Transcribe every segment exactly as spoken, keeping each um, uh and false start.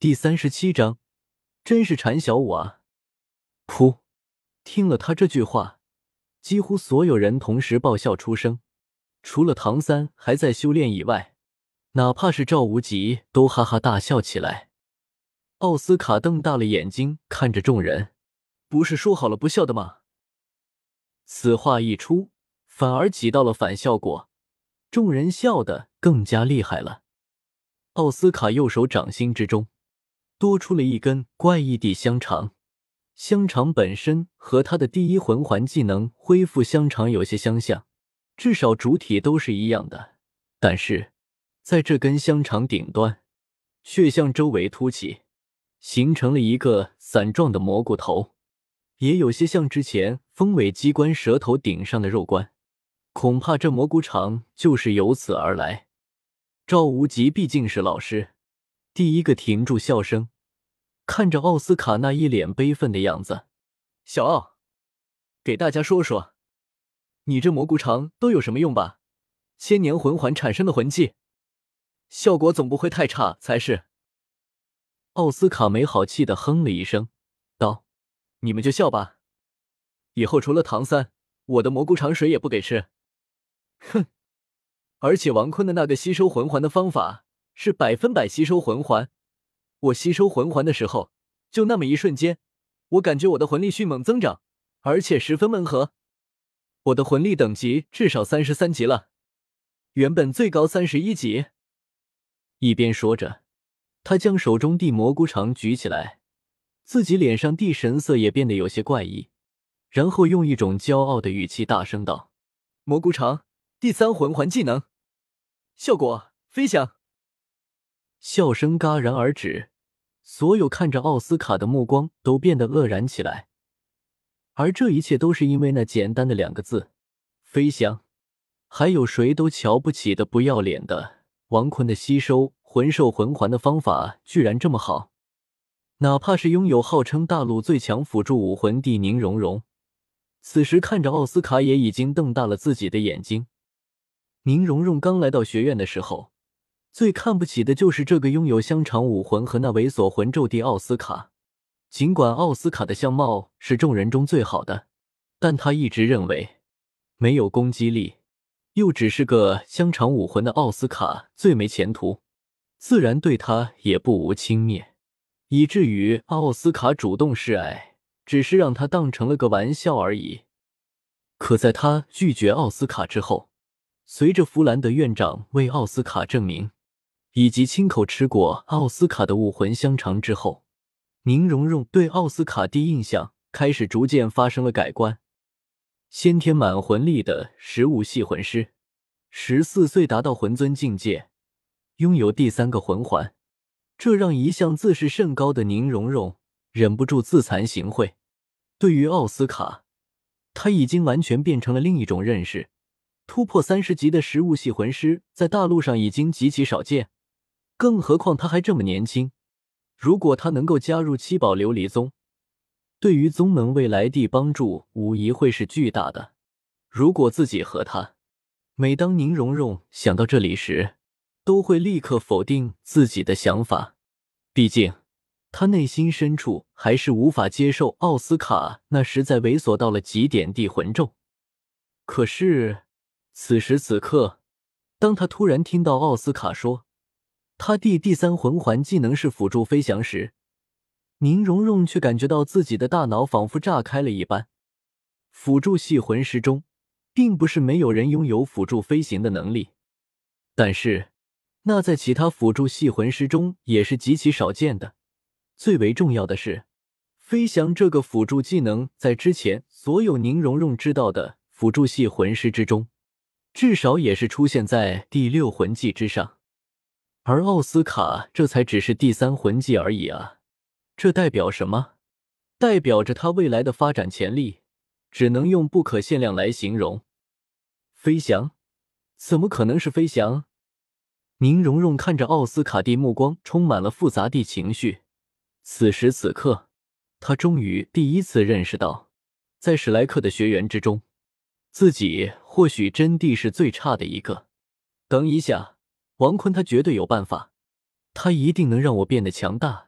第三十七章，真是馋小舞啊！噗！听了他这句话，几乎所有人同时爆笑出声，除了唐三还在修炼以外，哪怕是赵无极都哈哈大笑起来。奥斯卡瞪大了眼睛看着众人，不是说好了不笑的吗？此话一出，反而起到了反效果，众人笑得更加厉害了。奥斯卡右手掌心之中多出了一根怪异地香肠，香肠本身和他的第一魂环技能恢复香肠有些相像，至少主体都是一样的，但是在这根香肠顶端却向周围凸起，形成了一个伞状的蘑菇头，也有些像之前风尾机关舌头顶上的肉冠，恐怕这蘑菇肠就是由此而来。赵无极毕竟是老师，第一个停住笑声，看着奥斯卡那一脸悲愤的样子，小奥，给大家说说，你这蘑菇肠都有什么用吧？千年魂环产生的魂技，效果总不会太差才是。奥斯卡没好气地哼了一声，道：你们就笑吧，以后除了唐三，我的蘑菇肠谁也不给吃。哼！而且王坤的那个吸收魂环的方法是百分百吸收魂环，我吸收魂环的时候，就那么一瞬间，我感觉我的魂力迅猛增长，而且十分温和。我的魂力等级至少三十三级了，原本最高三十一级。一边说着，他将手中地蘑菇肠举起来，自己脸上地神色也变得有些怪异，然后用一种骄傲的语气大声道：蘑菇肠，第三魂环技能，效果飞翔。笑声戛然而止，所有看着奥斯卡的目光都变得愕然起来，而这一切都是因为那简单的两个字，飞翔。还有谁都瞧不起的不要脸的王坤的吸收魂兽魂环的方法居然这么好，哪怕是拥有号称大陆最强辅助武魂帝宁荣荣，此时看着奥斯卡也已经瞪大了自己的眼睛。宁荣荣刚来到学院的时候，最看不起的就是这个拥有香肠武魂和那猥琐魂咒帝奥斯卡。尽管奥斯卡的相貌是众人中最好的，但他一直认为没有攻击力，又只是个香肠武魂的奥斯卡最没前途，自然对他也不无轻蔑，以至于奥斯卡主动示爱，只是让他当成了个玩笑而已。可在他拒绝奥斯卡之后，随着弗兰德院长为奥斯卡证明，以及亲口吃过奥斯卡的武魂香肠之后，宁荣荣对奥斯卡第一印象开始逐渐发生了改观。先天满魂力的食物系魂师，十四岁达到魂尊境界，拥有第三个魂环，这让一向自视甚高的宁荣荣忍不住自惭形秽。对于奥斯卡，他已经完全变成了另一种认识。突破三十级的食物系魂师在大陆上已经极其少见，更何况他还这么年轻。如果他能够加入七宝琉璃宗，对于宗门未来的帮助无疑会是巨大的。如果自己和他，每当宁荣荣想到这里时，都会立刻否定自己的想法。毕竟他内心深处还是无法接受奥斯卡那实在猥琐到了极点地魂咒。可是此时此刻，当他突然听到奥斯卡说他弟第三魂环技能是辅助飞翔时，宁荣荣却感觉到自己的大脑仿佛炸开了一般。辅助系魂师中并不是没有人拥有辅助飞行的能力，但是那在其他辅助系魂师中也是极其少见的。最为重要的是，飞翔这个辅助技能在之前所有宁荣荣知道的辅助系魂师之中，至少也是出现在第六魂技之上，而奥斯卡这才只是第三魂技而已啊！这代表什么？代表着他未来的发展潜力只能用不可限量来形容。飞翔？怎么可能是飞翔？宁荣荣看着奥斯卡蒂，目光充满了复杂的情绪。此时此刻，他终于第一次认识到，在史莱克的学员之中，自己或许真的是最差的一个。等一下，王坤他绝对有办法，他一定能让我变得强大，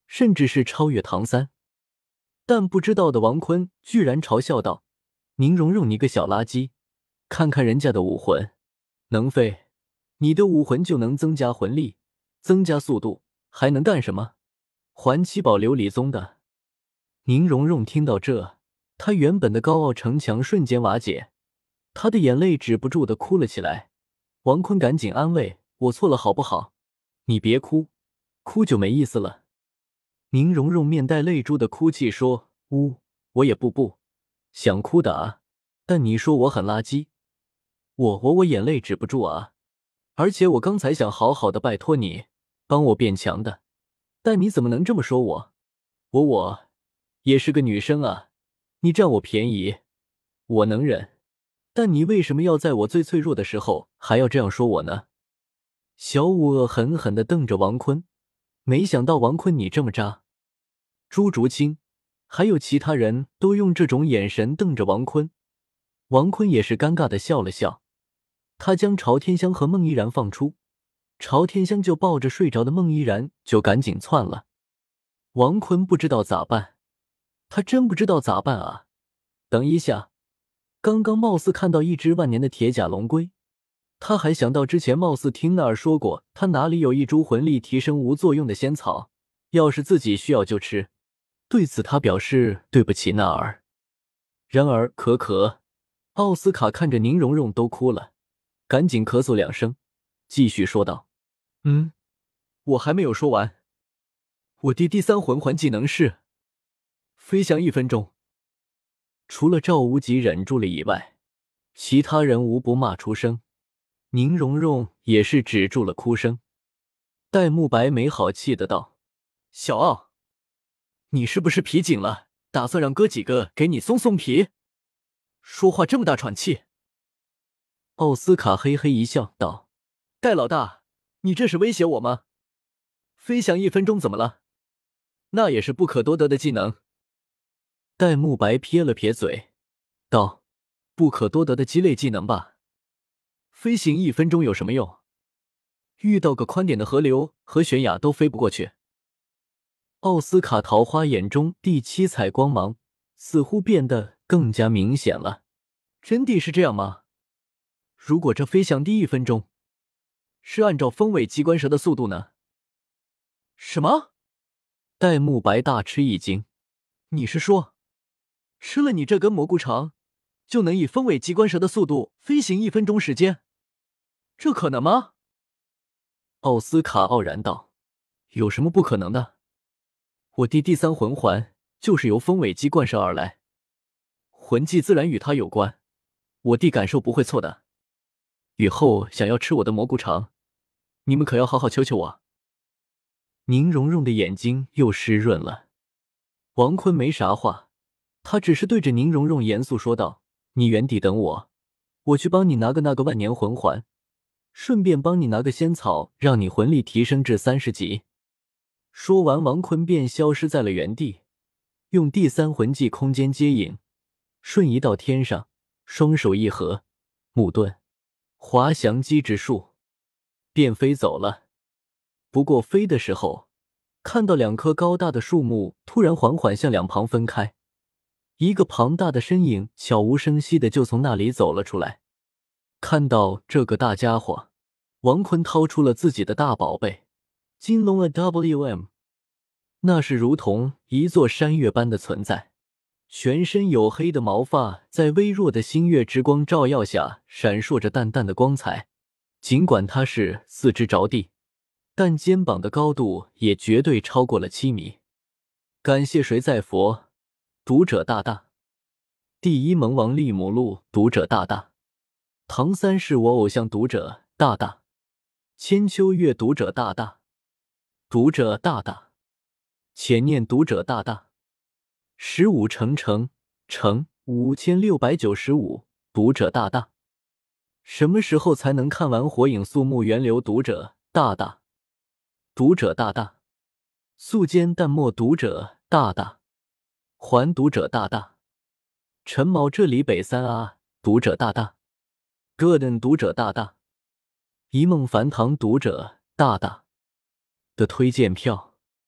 甚至是超越唐三。但不知道的王坤居然嘲笑道：宁荣荣你个小垃圾，看看人家的武魂能飞，你的武魂就能增加魂力，增加速度，还能干什么？还七宝琉璃宗的。宁荣荣听到这，她原本的高傲城墙瞬间瓦解，她的眼泪止不住的哭了起来。王坤赶紧安慰：我错了好不好？你别哭，哭就没意思了。宁荣荣面带泪珠的哭泣说：呜，我也不不想哭的啊，但你说我很垃圾，我我我眼泪止不住啊。而且我刚才想好好的拜托你帮我变强的，但你怎么能这么说我？我我也是个女生啊，你占我便宜我能忍，但你为什么要在我最脆弱的时候还要这样说我呢？小五恶狠狠地瞪着王坤，没想到王坤你这么渣。朱竹清还有其他人都用这种眼神瞪着王坤，王坤也是尴尬地笑了笑，他将朝天香和孟依然放出，朝天香就抱着睡着的孟依然就赶紧窜了。王坤不知道咋办，他真不知道咋办啊！等一下，刚刚貌似看到一只万年的铁甲龙龟，他还想到之前貌似听那儿说过他哪里有一株魂力提升无作用的仙草，要是自己需要就吃。对此他表示对不起那儿。然而可可奥斯卡看着宁荣荣都哭了，赶紧咳嗽两声，继续说道：嗯，我还没有说完。我弟第三魂环技能是飞翔一分钟。除了赵无极忍住了以外，其他人无不骂出声，宁荣荣也是止住了哭声。戴沐白没好气的道：小奥，你是不是皮紧了，打算让哥几个给你松松皮？说话这么大喘气。奥斯卡嘿嘿一笑道：戴老大，你这是威胁我吗？飞翔一分钟怎么了？那也是不可多得的技能。戴沐白撇了撇嘴道：不可多得的鸡肋技能吧。飞行一分钟有什么用？遇到个宽点的河流和悬崖都飞不过去。奥斯卡桃花眼中第七彩光芒似乎变得更加明显了。真的是这样吗？如果这飞翔第一分钟是按照风尾机关蛇的速度呢？什么？戴沐白大吃一惊，你是说吃了你这根蘑菇肠就能以风尾机关蛇的速度飞行一分钟时间？这可能吗？奥斯卡傲然道：有什么不可能的？我弟第三魂环就是由风尾鸡贯射而来，魂技自然与他有关，我弟感受不会错的。以后想要吃我的蘑菇肠，你们可要好好求求我。宁荣荣的眼睛又湿润了。王坤没啥话，他只是对着宁荣荣严肃说道：你原地等我，我去帮你拿个那个万年魂环，顺便帮你拿个仙草，让你魂力提升至三十级。说完，王坤便消失在了原地，用第三魂技空间接引，瞬移到天上，双手一合，木盾滑翔机之术便飞走了。不过飞的时候，看到两棵高大的树木突然缓缓向两旁分开，一个庞大的身影悄无声息的就从那里走了出来。看到这个大家伙，王坤掏出了自己的大宝贝金龙 A W M， 那是如同一座山岳般的存在，全身黝黑的毛发在微弱的星月之光照耀下闪烁着淡淡的光彩。尽管他是四肢着地，但肩膀的高度也绝对超过了七米。感谢谁在佛，读者大大。第一萌王利姆路，读者大大。唐三是我偶像，读者大大。千秋月，读者大大。读者大大。浅念，读者大大。十五乘乘乘五千六百九十五，读者大大。什么时候才能看完火影素木源流，读者大大。读者大大。素笺淡墨，读者大大。还读者大大。陈毛这里北三啊，读者大大。Golden， 读者大大。一梦梵堂，读者大大的推荐票。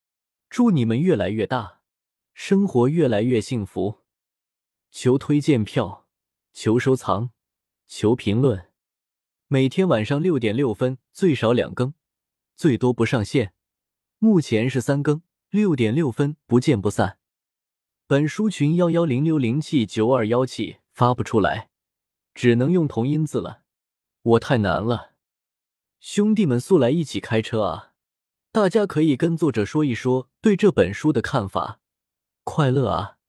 祝你们越来越大，生活越来越幸福。求推荐票，求收藏，求评论。每天晚上六点六分，最少两更，最多不上线。目前是三更，六点六分，不见不散。本书群幺幺零六零七九二幺七发不出来，只能用同音字了，我太难了。兄弟们速来一起开车啊！大家可以跟作者说一说对这本书的看法。快乐啊！